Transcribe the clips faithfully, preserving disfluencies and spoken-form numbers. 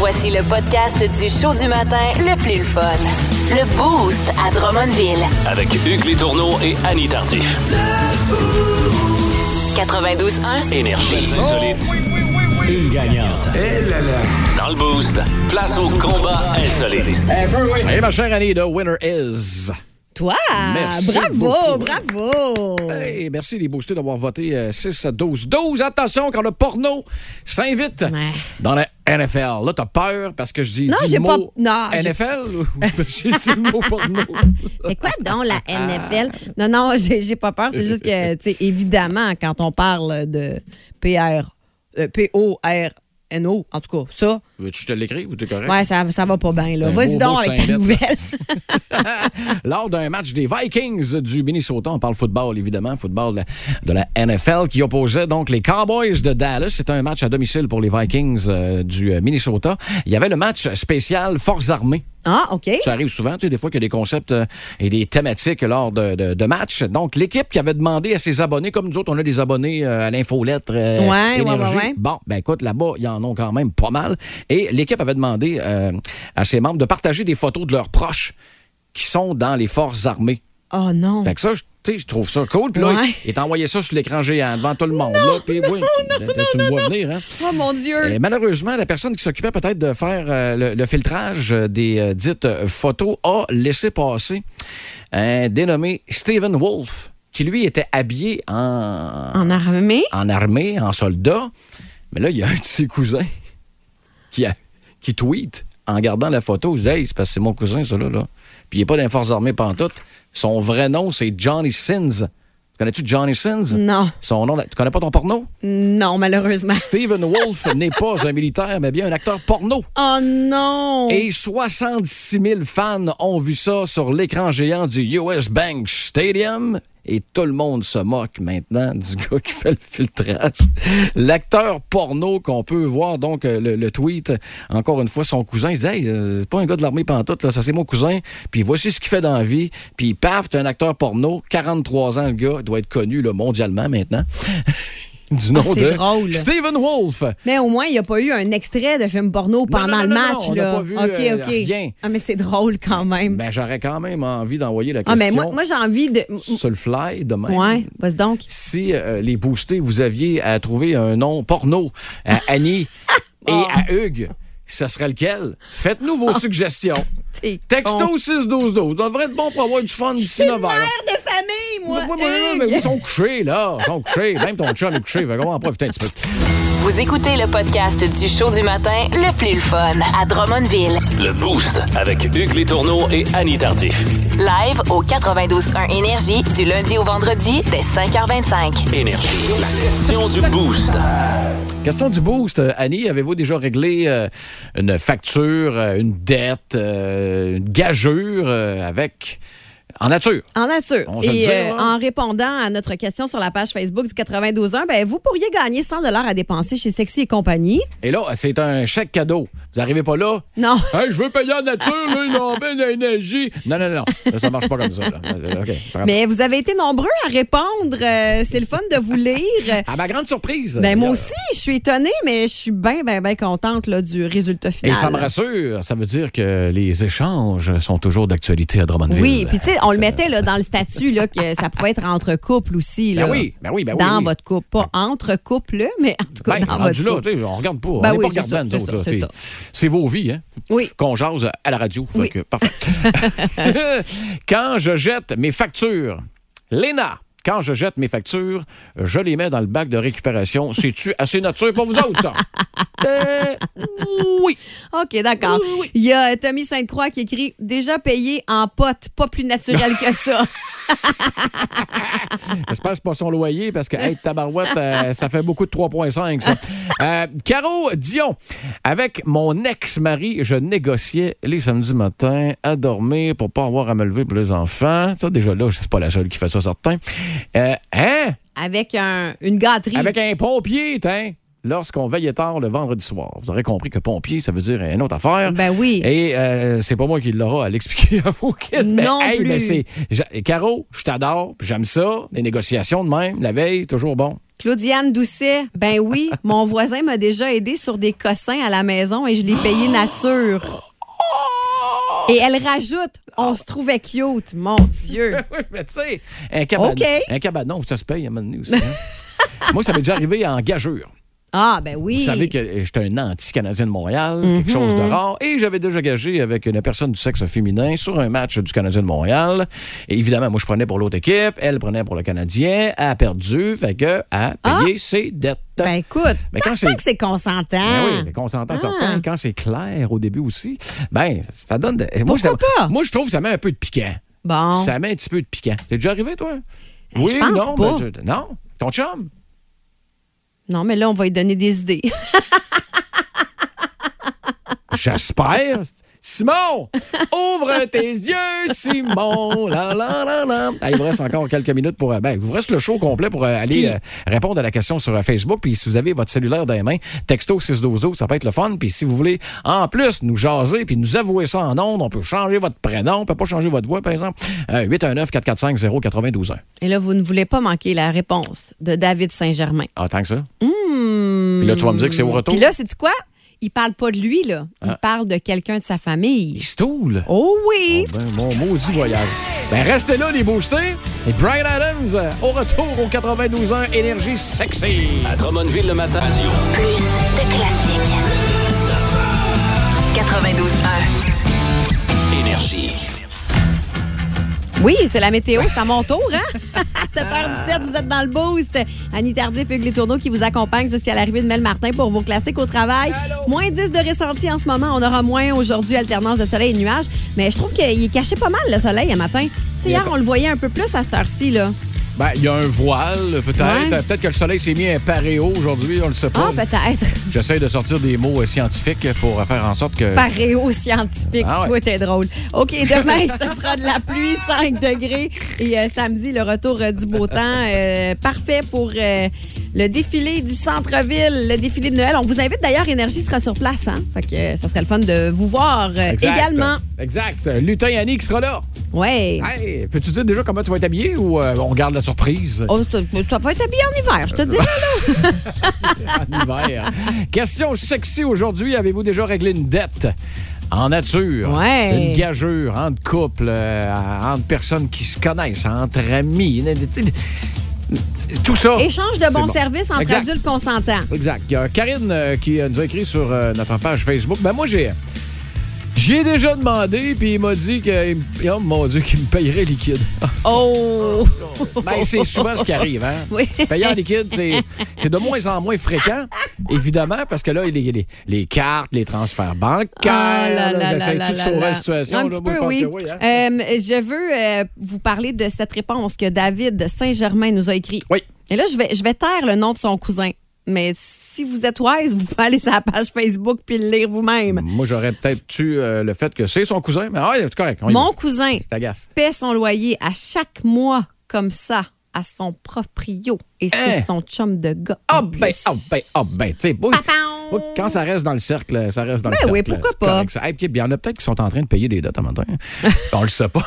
Voici le podcast du show du matin le plus le fun. Le Boost à Drummondville. Avec Hugues Létourneau et Annie Tardif. quatre-vingt-douze un Énergie. Insolite. Oui, oui, oui, oui. Une gagnante. Eh là là. Dans le Boost, place au combat insolite. Un peu, oui. Hey, ma chère Annie, the winner is... Toi! Merci Bravo, beaucoup. bravo! Hey, merci les boostés d'avoir voté euh, six à douze. douze, attention, quand le porno s'invite Ouais. dans la N F L. Là, t'as peur parce que je dis Non, dis j'ai le pas- mot non, j'ai- N F L ou j'ai dit le mot porno? C'est quoi donc la N F L? Non, non, j'ai j'ai pas peur. C'est juste que, tu sais, évidemment, quand on parle de P R, euh, P O R N O, en tout cas, ça, Veux-tu que je te l'écris ou t'es correct? ouais, ça, ça va pas bien, là. Un Vas-y beau donc mot de avec ta cinq nouvelle. Lors d'un match des Vikings du Minnesota, on parle football évidemment, football de la, de la N F L qui opposait donc les Cowboys de Dallas. C'était un match à domicile pour les Vikings euh, du euh, Minnesota. Il y avait le match spécial Forces armées. Ah, OK. Ça arrive souvent, tu sais, des fois qu'il y a des concepts euh, et des thématiques lors de, de, de matchs. Donc, l'équipe qui avait demandé à ses abonnés, comme nous autres, on a des abonnés euh, à l'infolettre euh, Ouais, Énergie. ouais, ouais, ouais. Bon, ben écoute, là-bas, ils en ont quand même pas mal. Et l'équipe avait demandé euh, à ses membres de partager des photos de leurs proches qui sont dans les forces armées. Oh non. Fait que ça, je- tu sais, je trouve ça cool. Puis là, Ouais. il t'a envoyé ça sur l'écran géant devant tout le monde. là, puis oui, là, tu me vois venir, hein? Oh mon Dieu. Et malheureusement, la personne qui s'occupait peut-être de faire euh, le, le filtrage euh, des euh, dites euh, photos a laissé passer un dénommé Stephen Wolf, qui lui était habillé en, En armée? en armée, en soldat. Mais là, il y a un de ses cousins qui, a, qui tweet en regardant la photo. Je dis, hey, c'est parce que c'est mon cousin, ça là. là. Puis il n'est pas dans les forces armées pantoute. Son vrai nom, c'est Johnny Sins. Connais-tu Johnny Sins? Non. Son nom, tu connais pas ton porno? Non, malheureusement. Stephen Wolf n'est pas un militaire, mais bien un acteur porno. Oh non. Et soixante-six mille fans ont vu ça sur l'écran géant du U S Bank Stadium. Et tout le monde se moque maintenant du gars qui fait le filtrage. L'acteur porno qu'on peut voir, donc, euh, le, le tweet, encore une fois, son cousin, il dit « Hey, euh, c'est pas un gars de l'armée pantoute, là, ça c'est mon cousin. Puis voici ce qu'il fait dans la vie. » Puis paf, t'es un acteur porno, quarante-trois ans, le gars, il doit être connu là, mondialement maintenant. Du nom Ah, c'est de drôle. Stephen Wolf. Mais au moins, il n'y a pas eu un extrait de film porno pendant non, non, le non, match. non, on n'a là. pas vu, OK, euh, OK. rien. Ah, mais c'est drôle quand même. Ben, j'aurais quand même envie d'envoyer la ah, question mais moi, moi j'ai envie de. sur le fly demain. Ouais, vas-y donc. Si euh, les boostés, vous aviez à trouver un nom porno à Annie et à Hugues, ce serait lequel? Faites-nous vos suggestions. T'es Texto con. six douze douze. Ça devrait être bon pour avoir du fun Je d'ici suis une neuf heures. mère de famille, moi. Ouais, ouais, ouais, mais Hugues. ils sont couchés, là. Ils sont couchés. Même ton chum est couché. Fait qu'on va en profiter un petit peu. Vous écoutez le podcast du show du matin le plus le fun à Drummondville. Le Boost avec Hugues Létourneau et Annie Tardif. Live au quatre-vingt-douze un Énergie du lundi au vendredi dès cinq heures vingt-cinq. Énergie. La question du Boost. Question du boost. Euh, Annie, avez-vous déjà réglé euh, une facture, euh, une dette, euh, une gageure euh, avec... en nature? En nature. On se le Et dit, euh, hein? en répondant à notre question sur la page Facebook du quatre-vingt-douze un, ben, vous pourriez gagner cent dollars à dépenser chez Sexy et compagnie. Et là, c'est un chèque cadeau. Vous n'arrivez pas là? Non. Hey, je veux payer en nature, là, ils ont bien d'énergie. Non, non, non. Ça, ça marche pas comme ça. Là. Euh, OK. Par Mais vous avez été nombreux à répondre. Euh, c'est le fun de vous lire. À ma grande surprise. Ben, moi euh, aussi, je suis étonnée, mais je suis bien, bien, bien contente là, du résultat final. Et ça me rassure. Ça veut dire que les échanges sont toujours d'actualité à Drummondville. Oui, puis tu sais, on le Ça- mettait là, dans le statut là, que ça pouvait être entre couples aussi. Là, Ben oui, ben oui, ben oui. dans oui. votre couple. Pas entre couples, mais en tout cas Ben, dans rendu votre là, couple. tu sais, on regarde pas. Ben on n'est oui, pas c'est regardant, ça, nous c'est autres. ça, là, c'est tu sais. ça. C'est vos vies, hein? Oui. Qu'on jase à la radio. Oui. Fait que, parfait. Quand je jette mes factures, Léna, quand je jette mes factures, je les mets dans le bac de récupération. C'est-tu assez nature pour vous autres, ça? Euh, oui. OK, d'accord. Oui, oui. Il y a Tommy Sainte-Croix qui écrit « Déjà payé en pote, pas plus naturel que ça. J'espère que c'est pas son loyer parce que, hey, tabarouette, euh, ça fait beaucoup de trois virgule cinq, ça. Euh, Caro Dion, avec mon ex-mari, je négociais les samedis matins à dormir pour pas avoir à me lever pour les enfants. Ça, déjà là, je suis pas la seule qui fait ça, certain. Euh, hein? » Avec un, une gâterie. Avec un pompier, hein? Lorsqu'on veillait tard le vendredi soir. Vous aurez compris que pompier, ça veut dire une autre affaire. Ben oui. Et euh, c'est pas moi qui l'aura à l'expliquer à vos kids. Mais, Non hey, plus. mais c'est... j'a- Caro, je t'adore, puis j'aime ça. Les négociations de même, la veille, toujours bon. Claudiane Doucet, ben oui, mon voisin m'a déjà aidé sur des cossins à la maison et je l'ai payé nature. Et elle rajoute, on se trouvait cute, mon Dieu. Oui, mais tu sais, un cabanon, OK. un cabanon, ça se paye à un moment donné aussi. Hein? Moi, ça m'est déjà arrivé en gageure. Ah, ben oui. Vous savez que j'étais un anti-Canadien de Montréal, mm-hmm. quelque chose de rare, et j'avais déjà gagé avec une personne du sexe féminin sur un match du Canadien de Montréal. Et évidemment, moi, je prenais pour l'autre équipe, elle prenait pour le Canadien, elle a perdu, fait que a payé ah. ses dettes. Ben écoute, mais quand c'est que c'est consentant. Ben oui, c'est consentant, ah. certain. Quand c'est clair au début aussi, ben ça donne... De... Pourquoi moi, pas? Moi, je trouve que ça met un peu de piquant. Bon. Ça met un petit peu de piquant. T'es déjà arrivé, toi? Ben, oui, je pense non, pas. Ben, tu... non? Ton chum? Non, mais là, on va lui donner des idées. J'espère. Simon, ouvre tes yeux, Simon. La, la, la, la. Ah, il vous reste encore quelques minutes pour... Ben, il vous reste le show complet pour euh, aller euh, répondre à la question sur euh, Facebook. Puis si vous avez votre cellulaire dans les mains, texto six douze douze, ça peut être le fun. Puis si vous voulez, en plus, nous jaser puis nous avouer ça en ondes, on peut changer votre prénom, on peut pas changer votre voix, par exemple. Euh, huit un neuf, quatre quatre cinq, zéro neuf deux un. Et là, vous ne voulez pas manquer la réponse de David Saint-Germain. Ah, tant que ça? Mmh. Puis là, tu vas me dire que c'est au retour? Puis là, c'est-tu quoi? Il parle pas de lui, là. Il ah. parle de quelqu'un de sa famille. Il stoule. Oh oui! Oh ben, mon maudit voyage. Ben, restez là, les boostés. Et Bryan Adams, euh, au retour au quatre-vingt-douze ans, Énergie sexy. À Drummondville, le matin. Radio. Plus de classiques. quatre-vingt-douze un. Énergie. Oui, c'est la météo, c'est à mon tour, hein? sept heures dix-sept, vous êtes dans le boost. Annie Tardif et Hugues Létourneau qui vous accompagnent jusqu'à l'arrivée de Mel Martin pour vos classiques au travail. Hello. Moins dix de ressenti en ce moment. On aura moins aujourd'hui, alternance de soleil et nuages. Mais je trouve qu'il est caché pas mal, le soleil, un matin. Tu sais, hier, on le voyait un peu plus à cette heure-ci, là. Ben, il y a un voile, peut-être. Ouais. Peut-être que le soleil s'est mis un paréo aujourd'hui, on le sait pas. Ah, peut-être. J'essaie de sortir des mots scientifiques pour faire en sorte que... Paréo scientifique, ah ouais. Toi, t'es drôle. OK, demain, ce sera de la pluie, cinq degrés. Et euh, samedi, le retour euh, du beau temps. Euh, parfait pour euh, le défilé du centre-ville, le défilé de Noël. On vous invite d'ailleurs, Énergie sera sur place, hein? Fait que euh, ça serait le fun de vous voir euh, également. Exact. Lutin Annie qui sera là. Oui. Hey, peux-tu dire déjà comment tu vas être habillé ou euh, on garde la surprise? Oh, ça, ça va être habillé en hiver, je te dirais, là. En hiver. Question sexy aujourd'hui. Avez-vous déjà réglé une dette en nature? Ouais. Une gageure entre couples, euh, entre personnes qui se connaissent, entre amis. Tout ça. Échange de bons bon. services entre exact. adultes consentants. Exact. Il y a Karine euh, qui nous a écrit sur euh, notre page Facebook. Ben moi, j'ai... J'y ai déjà demandé, puis il m'a dit que, oh mon Dieu, qu'il me payerait liquide. Oh! Ben, c'est souvent ce qui arrive, hein? Oui. Payer en liquide, c'est, c'est de moins en moins fréquent, évidemment, parce que là, les, les, les cartes, les transferts bancaires, ah, là, là, j'essaie là, de là, sauver là. la situation. Un là, petit moi, peu, oui. oui hein? euh, je veux euh, vous parler de cette réponse que David Saint-Germain nous a écrit. Oui. Et là, je vais, je vais taire le nom de son cousin. Mais si vous êtes wise, vous pouvez aller sur la page Facebook puis le lire vous-même. Moi, j'aurais peut-être tu euh, le fait que c'est son cousin, mais ah, c'est correct. Mon cousin t'agace. paie son loyer à chaque mois comme ça à son proprio. Et c'est hein? son chum de gars. Ah ben, ah ben, ah ben, tu sais, oui, oui, quand ça reste dans le cercle, ça reste dans ben le cercle. oui, pourquoi pas? Et puis, il y en a peut-être qui sont en train de payer des dettes en même temps. On le sait pas.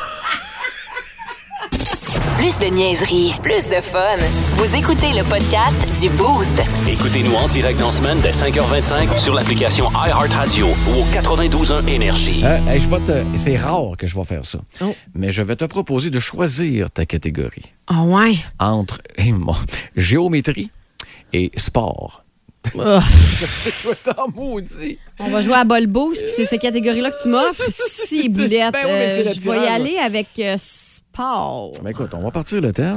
Plus de niaiserie, plus de fun. Vous écoutez le podcast du Boost. Écoutez-nous en direct dans la semaine dès cinq heures vingt-cinq sur l'application iHeartRadio ou au quatre-vingt-douze un Énergie. Euh, hey, je vais te... C'est rare que je vais faire ça. Oh. Mais je vais te proposer de choisir ta catégorie. Ah oh ouais? Entre hey, bon, géométrie et sport. Oh. C'est quoi t'en maudit? On va jouer à Ball Boost, puis c'est ces catégories-là que tu m'offres. Si, boulette, ben oui, mais c'est euh, le je tirage. vais y aller avec euh, sport. Ben écoute, on va partir le thème.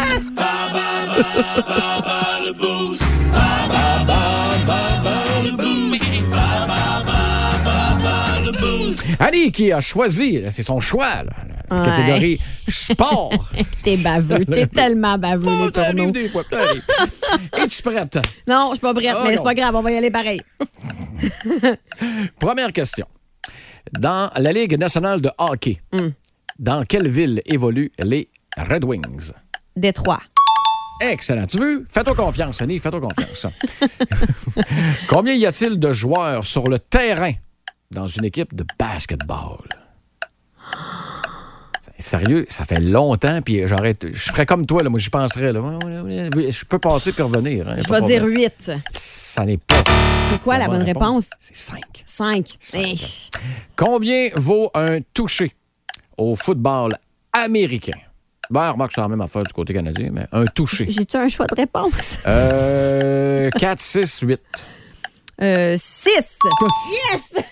Annie qui a choisi, là, c'est son choix, là, la ouais. catégorie sport. T'es baveux, t'es tellement baveux, oh, les tourneaux. des fois, es-tu prête? Non, je suis pas prête, oh, mais non. c'est pas grave, on va y aller pareil. Première question. Dans la Ligue nationale de hockey, mm. dans quelle ville évoluent les Red Wings? Détroit. Excellent. Tu veux? Fais-toi confiance, Annie, fais-toi confiance. Combien y a-t-il de joueurs sur le terrain dans une équipe de basketball? Sérieux, ça fait longtemps, puis j'aurais... Je ferais comme toi, là. Moi, j'y penserais, là. Je peux passer puis revenir. Hein, je vais dire huit. Ça n'est pas. C'est quoi la, la bonne réponse? réponse? C'est cinq. cinq. Hey. Combien vaut un toucher au football américain? Ben, remarque, c'est la même affaire du côté canadien, mais un toucher. J'ai-tu un choix de réponse? Euh, quatre, six, huit. Euh, six. Yes!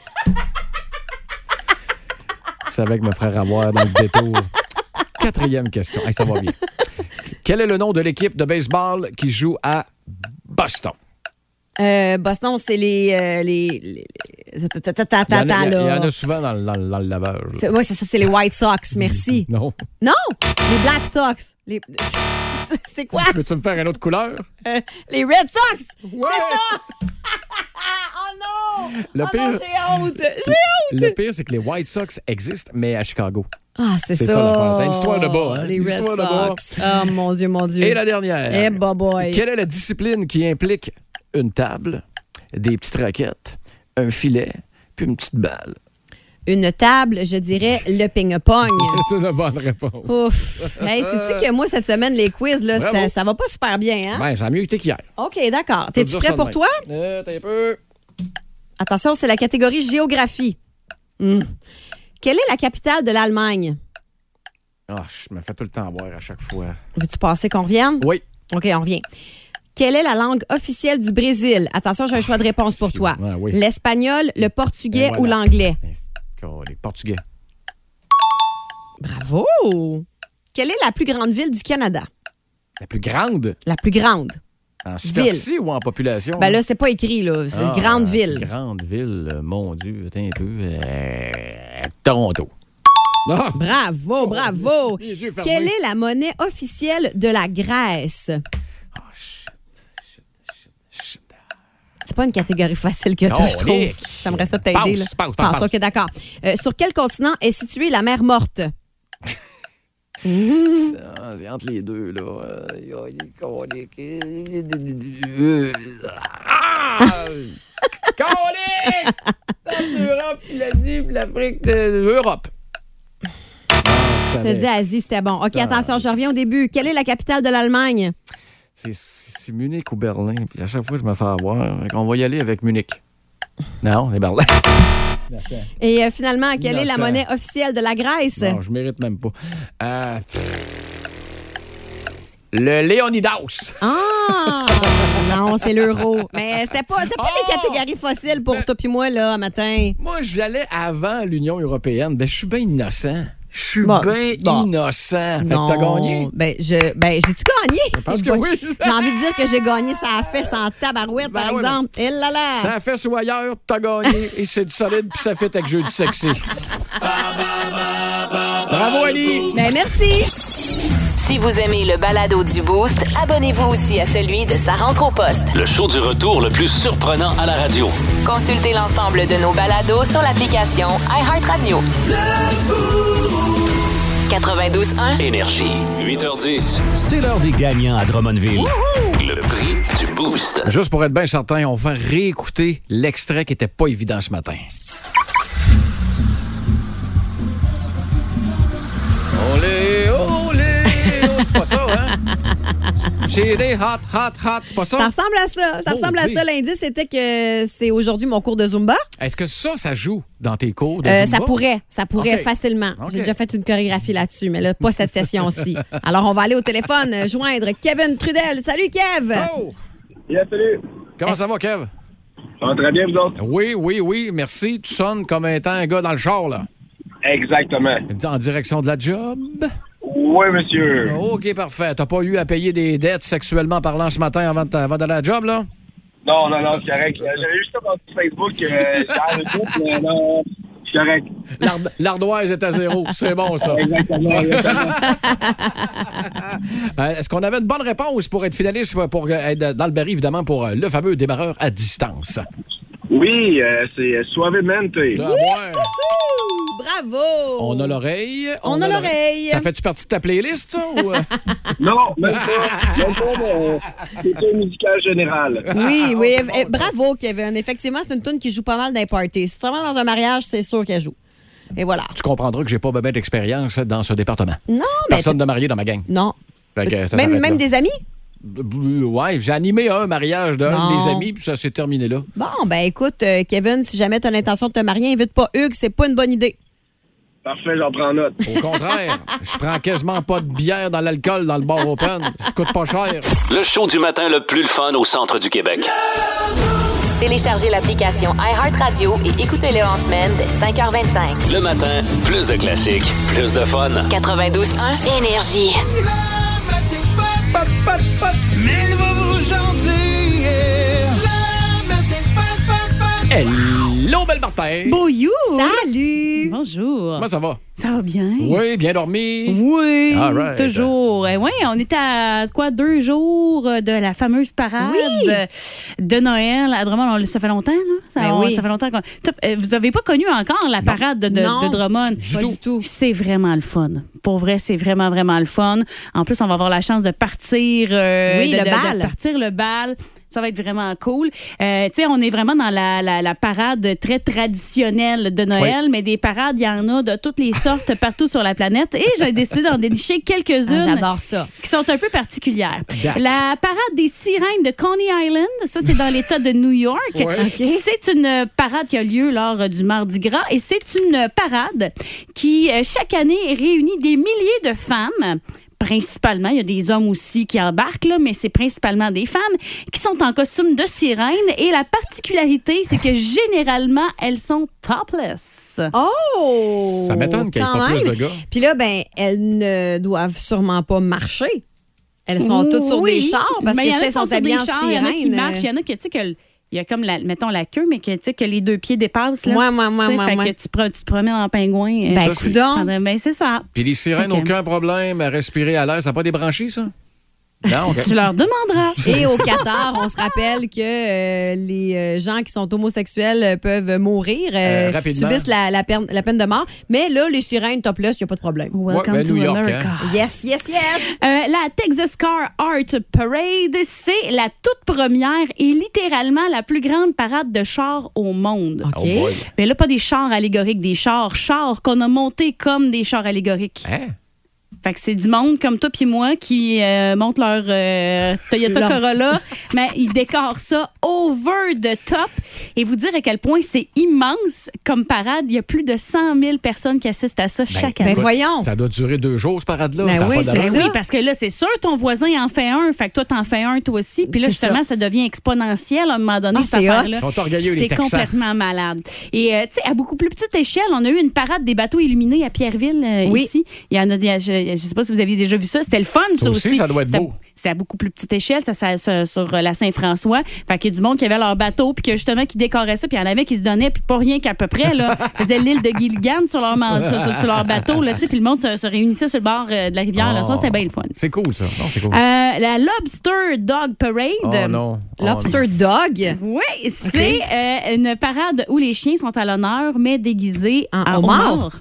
Je savais que me ferait avoir dans le détour. Quatrième question. Hey, ça va bien. Quel est le nom de l'équipe de baseball qui joue à Boston? Euh, Boston, c'est les... Euh, les, les... Il y, en a, il y en a souvent dans, dans, dans le laveur. Oui, c'est ça, c'est les White Sox, merci. Non. Non, les Black Sox. Les... C'est quoi? Peux-tu me faire une autre couleur? Euh, les Red Sox! Ouais. C'est ça! Oh non! Le oh pire... non, j'ai honte! J'ai honte! Le pire, c'est que les White Sox existent, mais à Chicago. Ah, c'est, c'est ça. ça T'as une histoire de bas, hein? Les Red Sox. Oh mon Dieu, mon Dieu. Et la dernière. Eh, hey, boy. Quelle est la discipline qui implique une table, des petites raquettes, un filet, puis une petite balle? Une table, je dirais le ping-pong. C'est une bonne réponse. Ouf. Hey, sais-tu que moi, cette semaine, les quiz, là, ça, ça va pas super bien, hein? Ben, ça a mieux été qu'hier. OK, d'accord. T'es-tu prêt pour toi? Euh, t'as un peu. Attention, c'est la catégorie géographie. Mmh. Quelle est la capitale de l'Allemagne? Ah, oh, je me fais tout le temps boire à chaque fois. Veux-tu passer qu'on revienne? Oui. OK, on revient. Quelle est la langue officielle du Brésil? Attention, j'ai un choix de réponse pour toi. Ah, oui. L'espagnol, le portugais voilà. ou l'anglais? Les Portugais. Bravo! Quelle est la plus grande ville du Canada? La plus grande? La plus grande. En superficie ou en population? Ben là, c'est pas écrit, là. C'est ah, une grande ville. Grande ville, mon Dieu, attends un peu. Euh, Toronto. Ah. Bravo, bravo! Quelle est la monnaie officielle de la Grèce? Oh, shit, shit, shit, shit. C'est pas une catégorie facile que toi, je trouve. J'aimerais ça t'aider. Passe, passe, passe, passe. OK, d'accord. Euh, sur quel continent est située la mer Morte? Mmh. Ça, c'est entre les deux, là. Ah! Colique! L'Europe, il a dit l'Afrique de l'Europe. T'as dit Asie, c'était bon. OK, attention, je reviens au début. Quelle est la capitale de l'Allemagne? C'est, c'est Munich ou Berlin. Puis à chaque fois, je me fais avoir. On va y aller avec Munich. Non, c'est Berlin. Et euh, finalement, quelle Innocent. est la monnaie officielle de la Grèce? Non, je mérite même pas. Euh, le Léonidas. Ah! Non, c'est l'euro. Mais c'était pas, c'était pas oh! des catégories fossiles pour mais... toi et moi, là, matin. Moi, j'allais avant l'Union européenne. Ben, je suis bien innocent. Je suis bon, bien bon. innocent. Fait non, que t'as gagné? Ben, je, ben, j'ai-tu gagné? Je pense que oui. J'ai envie de dire que j'ai gagné ça a fait sans tabarouette, ben par ouais, exemple. Et là là. Ça a fait ou ailleurs, t'as gagné. Et c'est du solide, puis ça fait avec jeu du sexy. Bravo, Ali. Ben, merci. Si vous aimez le balado du Boost, abonnez-vous aussi à celui de Sa rentre au poste. Le show du retour le plus surprenant à la radio. Consultez l'ensemble de nos balados sur l'application iHeartRadio. quatre-vingt-douze un Énergie. huit heures dix. C'est l'heure des gagnants à Drummondville. Wouhou! Le prix du Boost. Juste pour être bien certain, on va réécouter l'extrait qui était pas évident ce matin. Olé, olé, c'est pas ça, hein? J'ai des hot, hot, hot, c'est pas ça? Ça ressemble à ça. Ça oh, ressemble oui. à ça. L'indice, c'était que c'est aujourd'hui mon cours de Zumba. Est-ce que ça, ça joue dans tes cours de euh, Zumba? Ça pourrait. Ça pourrait okay. facilement. Okay. J'ai déjà fait une chorégraphie là-dessus, mais là, pas cette session-ci. Alors, on va aller au téléphone euh, joindre Kevin Trudel. Salut, Kev! Oh! Yeah, salut! Comment ça va, Kev? Ça va très bien, vous autres? Oui, oui, oui, merci. Tu sonnes comme étant un gars dans le char, là. Exactement. En direction de la job? Oui, monsieur. OK, parfait. T'as pas eu à payer des dettes sexuellement parlant ce matin avant, de, avant d'aller à la job, là? Non, non, non, c'est correct. J'avais juste ça sur Facebook. Euh, j'ai mais non, c'est correct. L'ard- l'ardoise est à zéro. C'est bon, ça. Exactement. exactement. euh, est-ce qu'on avait une bonne réponse pour être finaliste pour être dans le baril, évidemment, pour le fameux démarreur à distance? Oui, euh, c'est Suavemente. Ah, ouais. Bravo! On a l'oreille. On, on a, a l'oreille. l'oreille. Ça fait-tu partie de ta playlist, ça? Ou... non, même pas. Même pas, mais c'est un musical général. Oui, oui. Bon, bravo, Kevin. Effectivement, c'est une tune qui joue pas mal dans les parties. Si tu es vraiment dans un mariage, c'est sûr qu'elle joue. Et voilà. Tu comprendras que j'ai pas bien d'expérience dans ce département. Non, mais... Personne de marié dans ma gang. Non. Fait que ça Même, s'arrête même là. des amis? Ouais, j'ai animé un mariage d'un Non. de mes amis, puis ça s'est terminé là. Bon, ben écoute, euh, Kevin, si jamais tu as l'intention de te marier, invite pas Hugues, c'est pas une bonne idée. Parfait, j'en prends note. Au contraire, je prends quasiment pas de bière dans l'alcool dans le bar open. Je coûte pas cher. Le show du matin le plus le fun au centre du Québec. Téléchargez l'application iHeartRadio et écoutez-le en semaine dès cinq heures vingt-cinq. Le matin, plus de classiques, plus de fun. quatre-vingt-douze un Énergie. Hello, belle Martin! Beau you! Salut! Bonjour. Comment ça va? Ça va bien? Oui, bien dormi? Oui, All right. toujours. Eh oui, on était à quoi, deux jours de la fameuse parade Oui. de Noël à Drummond. On- Ça fait longtemps, là? Ça, Ben on- oui. ça fait longtemps qu'on... Top, euh, Vous n'avez pas connu encore la parade de, de, Non. de Drummond? Du Pas tout. du tout. C'est vraiment le fun. Pour vrai, c'est vraiment, vraiment le fun. En plus, on va avoir la chance de partir... euh, Oui, de, le de- de bal. partir le bal. Ça va être vraiment cool. Euh, tu sais, on est vraiment dans la, la, la parade très traditionnelle de Noël, Oui. mais des parades, il y en a de toutes les sortes partout sur la planète. Et j'ai décidé d'en dénicher quelques-unes Ah, j'adore ça. qui sont un peu particulières. Dac. La parade des sirènes de Coney Island, ça, c'est dans l'État de New York. Ouais. OK. C'est une parade qui a lieu lors du Mardi Gras et c'est une parade qui, euh, chaque année, réunit des milliers de femmes. Principalement, il y a des hommes aussi qui embarquent, là, mais c'est principalement des femmes qui sont en costume de sirène. Et la particularité, c'est que généralement, elles sont topless. Oh! Ça m'étonne qu'il y ait Quand pas plus même. de gars. Puis là, ben, elles ne doivent sûrement pas marcher. Elles sont toutes sur Oui, des chars parce mais que il y en a c'est qui sont sont sur habillées des en chars, il y en a qui sirène. marchent, il y en a qui, tu sais, que il y a comme, la, mettons, la queue, mais que, tu sais, que les deux pieds dépassent. Là. Ouais, ouais, ouais, Tu sais, ouais, fait ouais. que tu, pro- tu te promènes en pingouin. euh, Ben, Ça, c'est- coudonc. pendant- ben, c'est ça. Puis les sirènes, Ok. aucun problème à respirer à l'air. Ça n'a pas débranché, ça? Non, OK. Tu leur demanderas. Et au Qatar, on se rappelle que euh, les euh, gens qui sont homosexuels euh, peuvent mourir, euh, Euh, rapidement. subissent la, la, peine, la peine de mort. Mais là, les sirènes topless, il n'y a pas de problème. Welcome ben, to New York, America. Yes, yes, yes! Euh, la Texas Car Art Parade, c'est la toute première et littéralement la plus grande parade de chars au monde. OK. Oh boy. Mais là, pas des chars allégoriques, des chars, chars qu'on a montés comme des chars allégoriques. Hein? Fait que c'est du monde comme toi puis moi qui euh, montent leur euh, Toyota Leur- Corolla, mais ils décorent ça over the top. Et vous dire à quel point c'est immense comme parade. Il y a plus de cent mille personnes qui assistent à ça chaque Ben année. voyons! Ça doit durer deux jours, cette parade-là. Ben Ça a oui, pas c'est d'allure. Ben ça. oui, parce que là, c'est sûr, ton voisin en fait un, fait que toi, t'en fais un, toi aussi. Puis là, C'est justement, ça. ça. devient exponentiel à un moment donné, Ah, cette c'est affaire-là. Ils sont orgueilleux, les C'est Texans. complètement malade. Et, euh, tu sais, à beaucoup plus petite échelle, on a eu une parade des bateaux illuminés à Pierreville, euh, Oui. ici. Il y en a, il y a- je ne sais pas si vous aviez déjà vu ça. C'était le fun, ça, Ça aussi, ça doit être C'était- beau. C'était à beaucoup plus petite échelle, ça, ça, ça, sur euh, la Saint-François. Fait qu'il y a du monde qui avait leur bateau, puis que justement, qui décorait ça, puis il y en avait qui se donnaient, puis pas rien qu'à peu près, là. Ils faisaient l'île de Gilligan sur leur, man- sur, sur- sur leur bateau, là, tu sais, puis le monde se, se réunissait sur le bord euh, de la rivière. Là. Ça, c'était bien le fun. C'est cool, ça. Non, c'est cool. Euh, la Lobster Dog Parade. oh non. Oh, Lobster dog? Oui, c'est euh, une parade où les chiens sont à l'honneur, mais déguisés En en, homard. homard.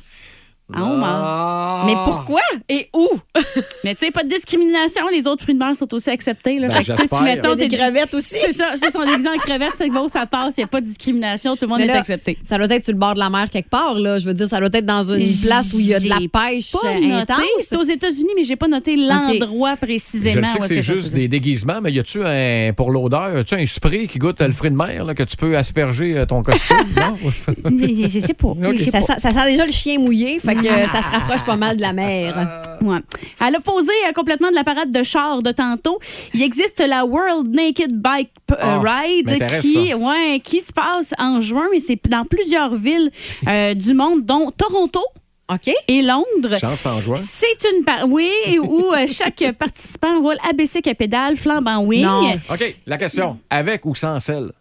En homard. Ah. Mais pourquoi? Et où? Mais tu sais, pas de discrimination, les autres fruits de mer sont aussi acceptés. Là. Ben, Fait que, tu sais, j'espère. si, Il y mettons, a des t'es- crevettes aussi. C'est ça, si sont déguisés en crevettes, c'est bon, ça passe, il n'y a pas de discrimination, tout le monde Mais est là, accepté. Ça doit être sur le bord de la mer quelque part, là. Je veux dire, ça doit être dans une place où il y a de la J'ai pêche Pas euh, noté, intense. c'est aux États-unis, mais j'ai pas noté l'endroit précisément. Je sais où que est-ce c'est ça se juste faisait. des déguisements, mais y a-tu un, pour l'odeur, y a-tu un spray qui goûte le fruit de mer là, que tu peux asperger euh, ton costume? Non? Je, je sais pas. Je sais Ça, pas. sent- ça sent déjà le chien mouillé, fait que euh, ça se rapproche pas mal de la mer. Ouais. À l'opposé euh, complètement de la parade de chars de tantôt, il existe la World Naked Bike euh, Oh, Ride m'intéresse, qui, ça. ouais, qui se passe en juin, mais c'est dans plusieurs villes euh, du monde, dont Toronto OK? et Londres. Chance en joie. C'est une par- oui, où euh, chaque participant roule A B C à pédale, flambe en wing. Non. OK, la question. Avec ou sans sel?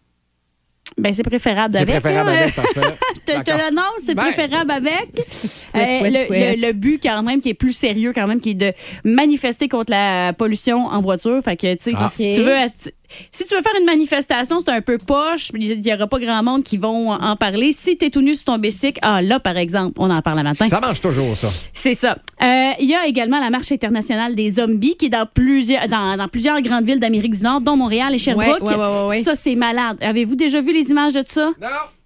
Ben, c'est préférable C'est avec. préférable là. avec, parfait. Je te, te D'accord. l'annonce, c'est Ben. préférable avec. Euh, Fouette, le, fouette. le- le but, quand même, qui est plus sérieux, quand même, qui est de manifester contre la pollution en voiture. Fait que, tu sais, Ah. si Ok. tu veux. atti- Si tu veux faire une manifestation, c'est un peu poche. Il n'y aura pas grand monde qui vont en parler. Si tu es tout nu sur ton bicycle, ah là, par exemple, on en parle le matin. Ça marche toujours, ça. C'est ça. Euh, Il y a également la Marche internationale des zombies qui est dans plusieurs, dans, dans plusieurs grandes villes d'Amérique du Nord, dont Montréal et Sherbrooke. Ouais, ouais, ouais, ouais, ouais. Ça, c'est malade. Avez-vous déjà vu les images de ça? Non.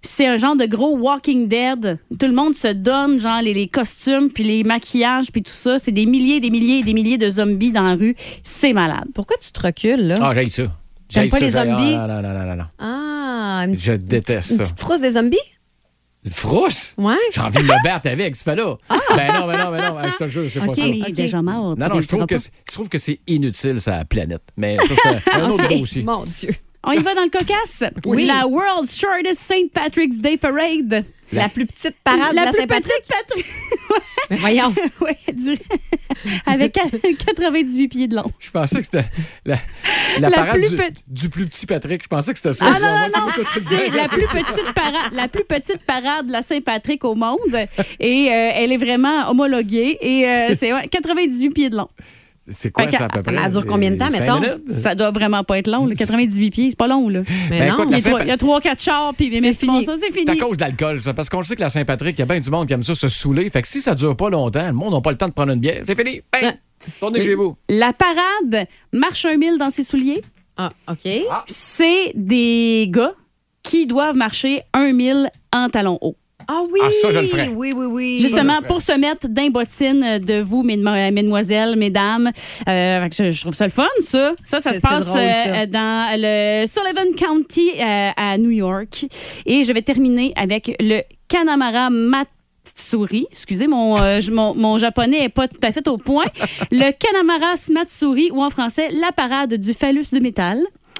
c'est un genre de gros Walking Dead. Tout le monde se donne, genre, les, les costumes, puis les maquillages, puis tout ça. C'est des milliers, des milliers et des milliers de zombies dans la rue. C'est malade. Pourquoi tu te recules, là? Ah, j'haïs ça. T'aimes J'haïs pas ça, les j'haïs- zombies? Ah, non, non, non, non, non. Ah, une Je déteste Une ça. petite frousse des zombies? Le frousse? Ouais. J'ai envie de me battre avec, c'est pas là. Ben non, ben non, ben non, je te jure, c'est pas Ok. ça. Il est déjà mort. Non, tu non, je trouve, réussiras que pas. c'est, je trouve que c'est inutile, ça, la planète. Mais ça, c'est un, un autre OK. dossier. Mon Dieu. On y va dans le cocasse. Oui. La World's Shortest Saint Patrick's Day Parade. La plus petite parade de la la plus Saint-Patrick. petite Patrick. Mais voyons. ouais, du... avec quatre-vingt-dix-huit pieds de long. Je pensais que c'était la, la, La parade plus du, pe- du plus petit Patrick. Je pensais que c'était ça. Ah Je non, vois, non, tu non, vois, toi, tu te c'est dis- la plus petite parade, la plus petite parade de la Saint-Patrick au monde. Et euh, elle est vraiment homologuée. Et euh, c'est ouais, quatre-vingt-dix-huit pieds de long. C'est quoi Fait que, ça, à peu près? elle dure combien de temps, Cinq mettons? minutes? Ça doit vraiment pas être long. Là. quatre-vingt-dix-huit pieds, c'est pas long. Là. Mais Ben, non. écoute, Il y la a trois- Saint- il y a trois, quatre chars, puis mais C'est c'est bon, fini. ça, c'est C'est à fini. cause de l'alcool, ça. Parce qu'on le sait que la Saint-Patrick, il y a bien du monde qui aime ça se saouler. Fait que si ça dure pas longtemps, le monde n'a pas le temps de prendre une bière. C'est fini. Ben, tournez chez vous. La parade marche un mille dans ses souliers. Ah, OK. C'est des gars qui doivent marcher un mille en talons hauts. Ah oui. Ah, ça, je le ferais. Oui, oui, oui. Justement, le ferais. pour se mettre d'un bottine de vous, mesdemo- mesdemoiselles, mesdames. Euh, fait que je, je trouve ça le fun, ça. Ça, ça C'est- se passe c'est drôle, ça. euh, dans le Sullivan County euh, à New York. Et je vais terminer avec le Kanamara Matsuri. Excusez, mon, euh, je- mon, mon japonais n'est pas tout à fait au point. Le Kanamara Matsuri, ou en français, la parade du phallus de métal.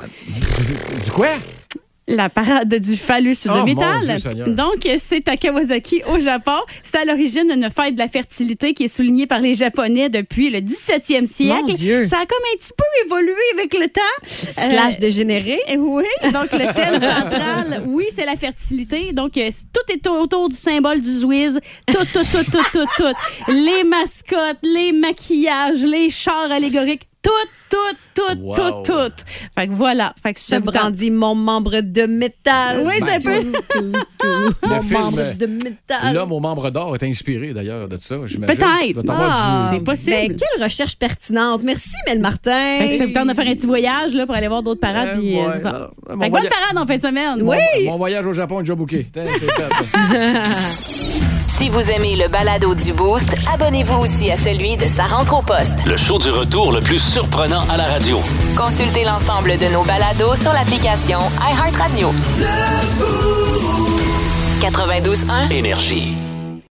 Du quoi? La parade du phallus Oh, de mon métal. Dieu Seigneur. Donc, c'est à Kawasaki, au Japon. C'est à l'origine une fête de la fertilité qui est soulignée par les Japonais depuis le dix-septième siècle. Mon Dieu. Ça a comme un petit peu évolué avec le temps. Slash Euh, dégénéré. eh Oui, donc le thème central, oui, c'est la fertilité. Donc, euh, c'est- tout est autour du symbole du Zwiz. Tout, tout, tout, tout, tout, tout. Les mascottes, les maquillages, les chars allégoriques. Tout, tout, tout, Wow. tout, tout. Fait que voilà. Fait que Je ça vous tente. brandis mon membre de métal. Oui, c'est un peu- Tout, tout, tout. Mon film, membre euh, de métal. L'homme au membre d'or est inspiré d'ailleurs de ça, j'imagine. Peut-être. Il doit avoir Ah, du- C'est possible. Ben, quelle recherche pertinente. Merci, Mel Martin. Fait que ça vous tente de faire un petit voyage là, pour aller voir d'autres parades. Euh, puis, euh, ouais, c'est ça. non, mon Fait que bonne voyage- parade en fin de semaine. Mon, Oui. mon voyage au Japon est déjà booké. Tiens, c'est fait. Si vous aimez le balado du Boost, abonnez-vous aussi à celui de Sa rentre au poste. Le show du retour le plus surprenant à la radio. Consultez l'ensemble de nos balados sur l'application iHeartRadio. quatre-vingt-douze un Énergie.